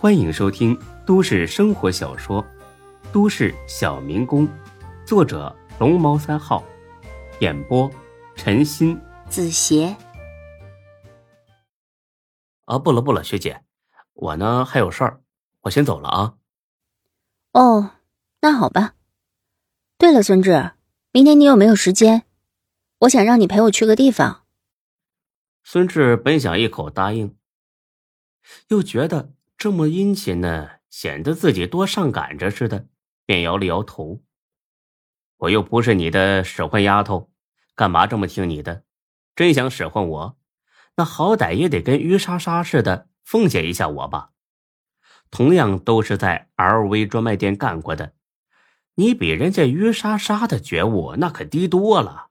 欢迎收听都市生活小说《都市小民工》，作者龙猫3号，演播陈鑫、 子邪。 不了，学姐，我呢还有事儿，我先走了啊。 哦，那好吧。对了，孙志，明天你有没有时间？我想让你陪我去个地方。 孙志本想一口答应，又觉得这么殷勤呢，显得自己多上赶着似的，便摇了摇头。我又不是你的使唤丫头，干嘛这么听你的？真想使唤我，那好歹也得跟于莎莎似的奉献一下我吧。同样都是在 LV 专卖店干过的，你比人家于莎莎的觉悟那可低多了。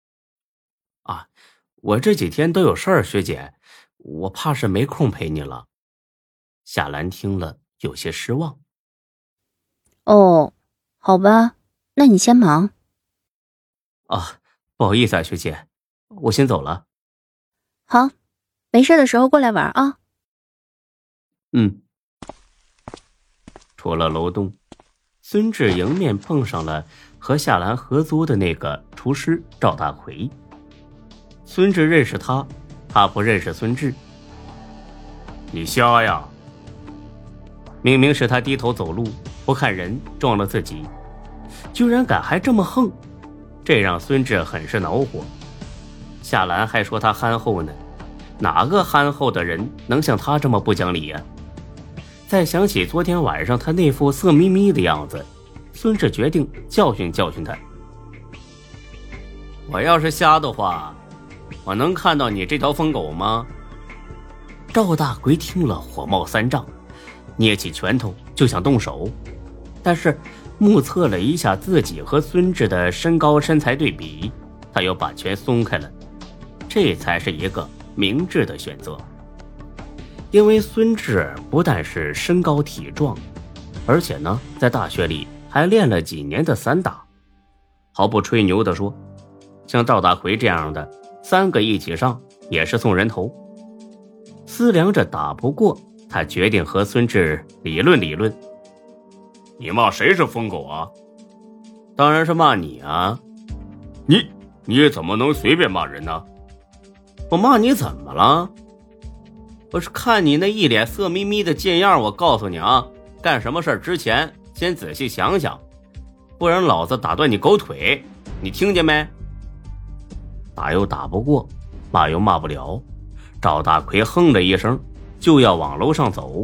我这几天都有事儿，学姐，我怕是没空陪你了。夏兰听了有些失望。 哦，好吧，那你先忙。 不好意思啊，学姐，我先走了。 好，没事的时候过来玩啊。 出了楼栋，孙志迎面碰上了和夏兰合租的那个厨师赵大奎。孙志认识他，他不认识孙志。你瞎呀？明明是他低头走路不看人撞了自己，居然敢还这么横，这让孙志很是恼火。夏兰还说他憨厚呢，哪个憨厚的人能像他这么不讲理呀？再想起昨天晚上他那副色眯眯的样子，孙志决定教训教训他。我要是瞎的话，我能看到你这条疯狗吗？赵大奎听了火冒三丈，捏起拳头就想动手，但是目测了一下自己和孙志的身高身材对比，他又把拳松开了，这才是一个明智的选择。因为孙志不但是身高体壮，而且呢在大学里还练了几年的散打。毫不吹牛地说，像赵大奎这样的3个一起上也是送人头。思量着打不过，他决定和孙志理论理论。你骂谁是疯狗啊？当然是骂你啊。你怎么能随便骂人呢？我骂你怎么了？我是看你那一脸色眯眯的贱样，我告诉你啊，干什么事之前先仔细想想，不然老子打断你狗腿，你听见没？打又打不过，骂又骂不了，赵大奎哼了一声，就要往楼上走。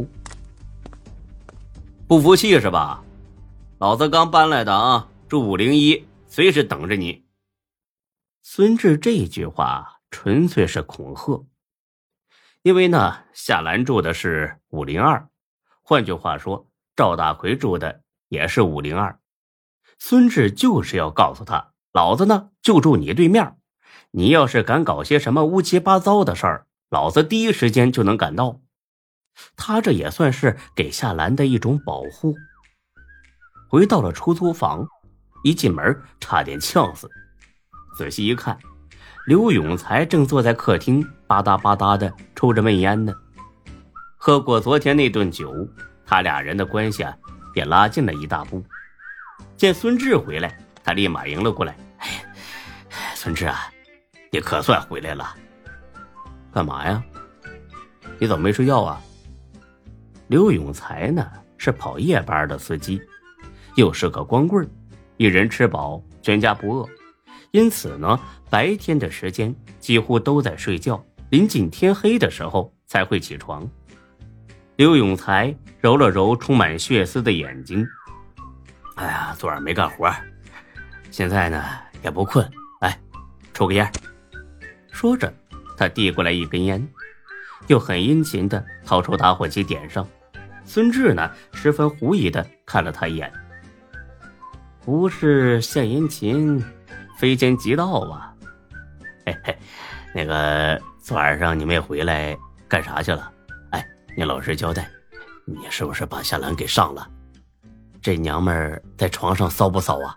不服气是吧？老子刚搬来的啊，住501，随时等着你。孙志这句话纯粹是恐吓，因为呢，夏兰住的是502，换句话说，赵大奎住的也是502。孙志就是要告诉他，老子呢就住你对面，你要是敢搞些什么乌七八糟的事儿，老子第一时间就能赶到。他这也算是给夏兰的一种保护。回到了出租房，一进门差点呛死。仔细一看，刘永才正坐在客厅吧嗒吧嗒的抽着闷烟呢。喝过昨天那顿酒，他俩人的关系也拉近了一大步。见孙志回来，他立马迎了过来。孙志啊，你可算回来了。干嘛呀？你怎么没睡觉啊？刘永才呢是跑夜班的司机，又是个光棍，一人吃饱全家不饿，因此呢白天的时间几乎都在睡觉，临近天黑的时候才会起床。刘永才揉了揉充满血丝的眼睛，哎呀，昨晚没干活，现在呢也不困，来抽个烟。说着他递过来一根烟，又很殷勤地掏出打火机点上。孙志呢十分狐疑地看了他一眼，不是献殷勤非奸即盗啊。那个昨晚上你没回来干啥去了？你老实交代，你是不是把夏兰给上了？这娘们儿在床上骚不骚啊？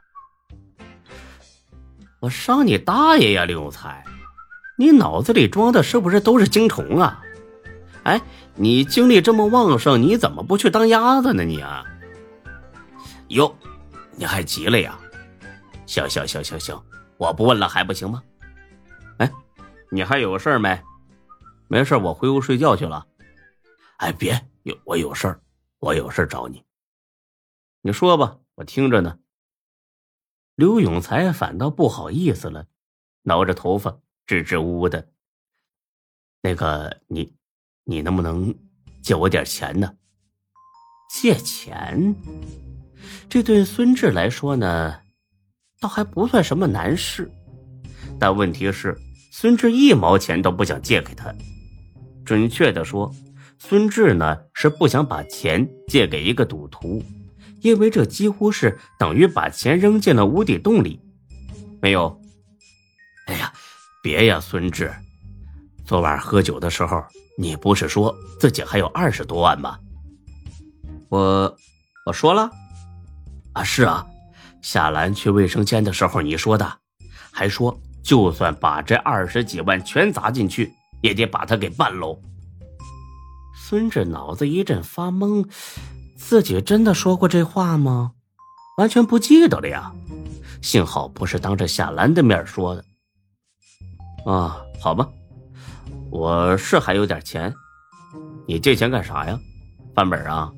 我上你大爷呀，刘永才，你脑子里装的是不是都是精虫啊？ 你精力这么旺盛，你怎么不去当鸭子呢你啊？哟，你还急了呀？行，我不问了还不行吗？哎，你还有事没？没事，我回屋睡觉去了。哎，别，我有事找你。你说吧，我听着呢。刘永才反倒不好意思了，挠着头发支支吾吾的。那个，你能不能借我点钱呢？借钱？这对孙志来说呢，倒还不算什么难事。但问题是，孙志1毛钱都不想借给他。准确的说，孙志呢是不想把钱借给一个赌徒，因为这几乎是等于把钱扔进了无底洞里。没有。哎呀，别呀，孙志，昨晚喝酒的时候，你不是说自己还有20多万吗？我说了啊，是啊，夏兰去卫生间的时候你说的，还说就算把这20几万全砸进去，也得把他给办喽。孙志脑子一阵发懵，自己真的说过这话吗？完全不记得了呀。幸好不是当着夏兰的面说的。啊，好吧，我是还有点钱。你借钱干啥呀？翻本啊？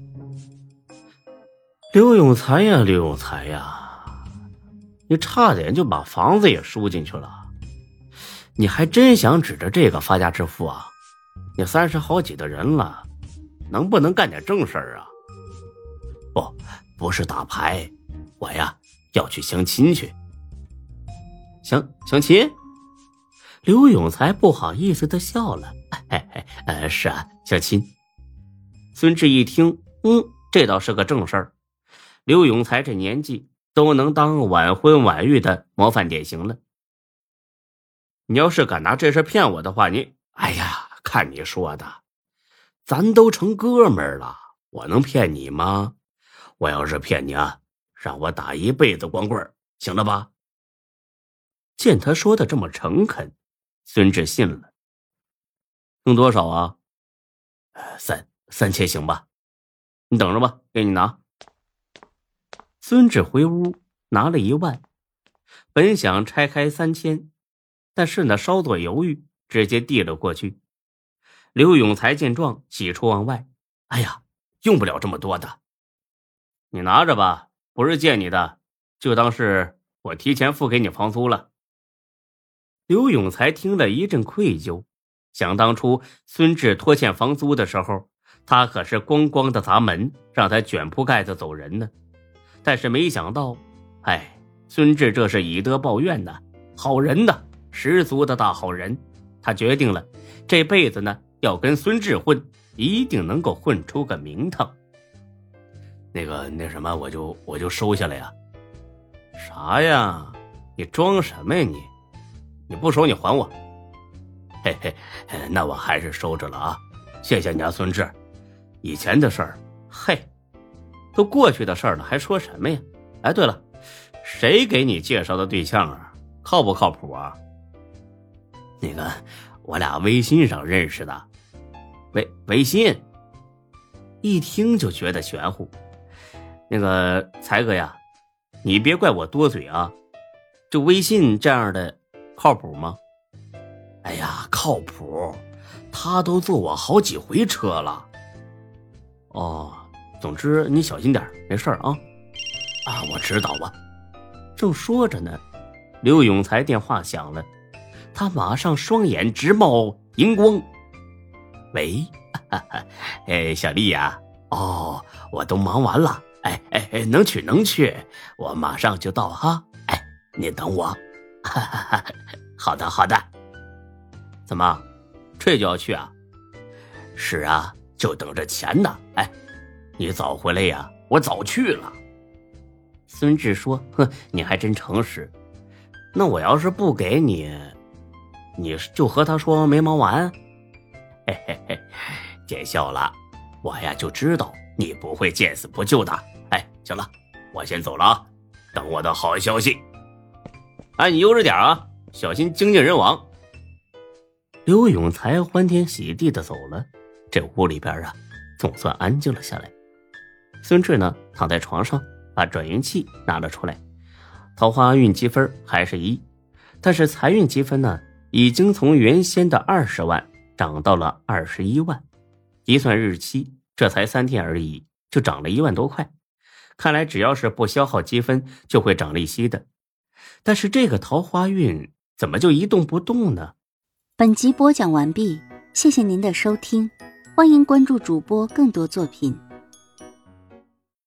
刘永才呀，你差点就把房子也输进去了。你还真想指着这个发家致富啊？你30好几的人了，能不能干点正事啊？不是打牌，我呀要去相亲去。相亲？刘永才不好意思的笑了。是啊，相亲。孙志一听，这倒是个正事儿。刘永才这年纪都能当晚婚晚育的模范典型了。你要是敢拿这事骗我的话，哎呀，看你说的，咱都成哥们儿了，我能骗你吗？我要是骗你啊，让我打一辈子光棍，行了吧？见他说的这么诚恳，孙志信了。用多少啊？3000行吧？你等着吧，给你拿。孙志回屋拿了1万，本想拆开3000，但是呢稍作犹豫，直接递了过去。刘永才见状喜出望外，哎呀，用不了这么多的，你拿着吧，不是借你的，就当是我提前付给你房租了。刘永才听了一阵愧疚，想当初孙志拖欠房租的时候，他可是咣咣的砸门，让他卷铺盖子走人呢。但是没想到，孙志这是以德报怨呢，好人呢，十足的大好人。他决定了，这辈子呢要跟孙志混，一定能够混出个名堂。那什么，我就收下了呀。啥呀？你装什么呀你？你不收你还我。那我还是收着了啊，谢谢你啊，孙志。以前的事儿，都过去的事儿了，还说什么呀？哎，对了，谁给你介绍的对象啊？靠不靠谱啊？我俩微信上认识的。微信？一听就觉得玄乎。才哥呀，你别怪我多嘴啊，这微信这样的靠谱吗？哎呀，靠谱，他都坐我好几回车了。哦，总之你小心点，没事啊。我知道啊。正说着呢，刘永才电话响了，他马上双眼直冒荧光。喂，小丽呀，我都忙完了，能去，我马上就到哈，你等我。好的。怎么，这就要去啊？是啊，就等着钱呢。你早回来呀，我早去了。孙志说，你还真诚实。那我要是不给你，你就和他说没忙完？见笑了，我呀就知道你不会见死不救的。行了，我先走了啊，等我的好消息。你悠着点啊，小心精尽人亡。刘永才欢天喜地的走了， 这屋里边啊，总算安静了下来。孙志呢，躺在床上，把转运器拿了出来，桃花运积分还是1，但是财运积分呢，已经从原先的20万涨到了21万。一算日期，这才3天而已，就涨了1万多块。看来只要是不消耗积分，就会涨利息的。但是这个桃花运怎么就一动不动呢？ 本集播讲完毕，谢谢您的收听，欢迎关注主播更多作品。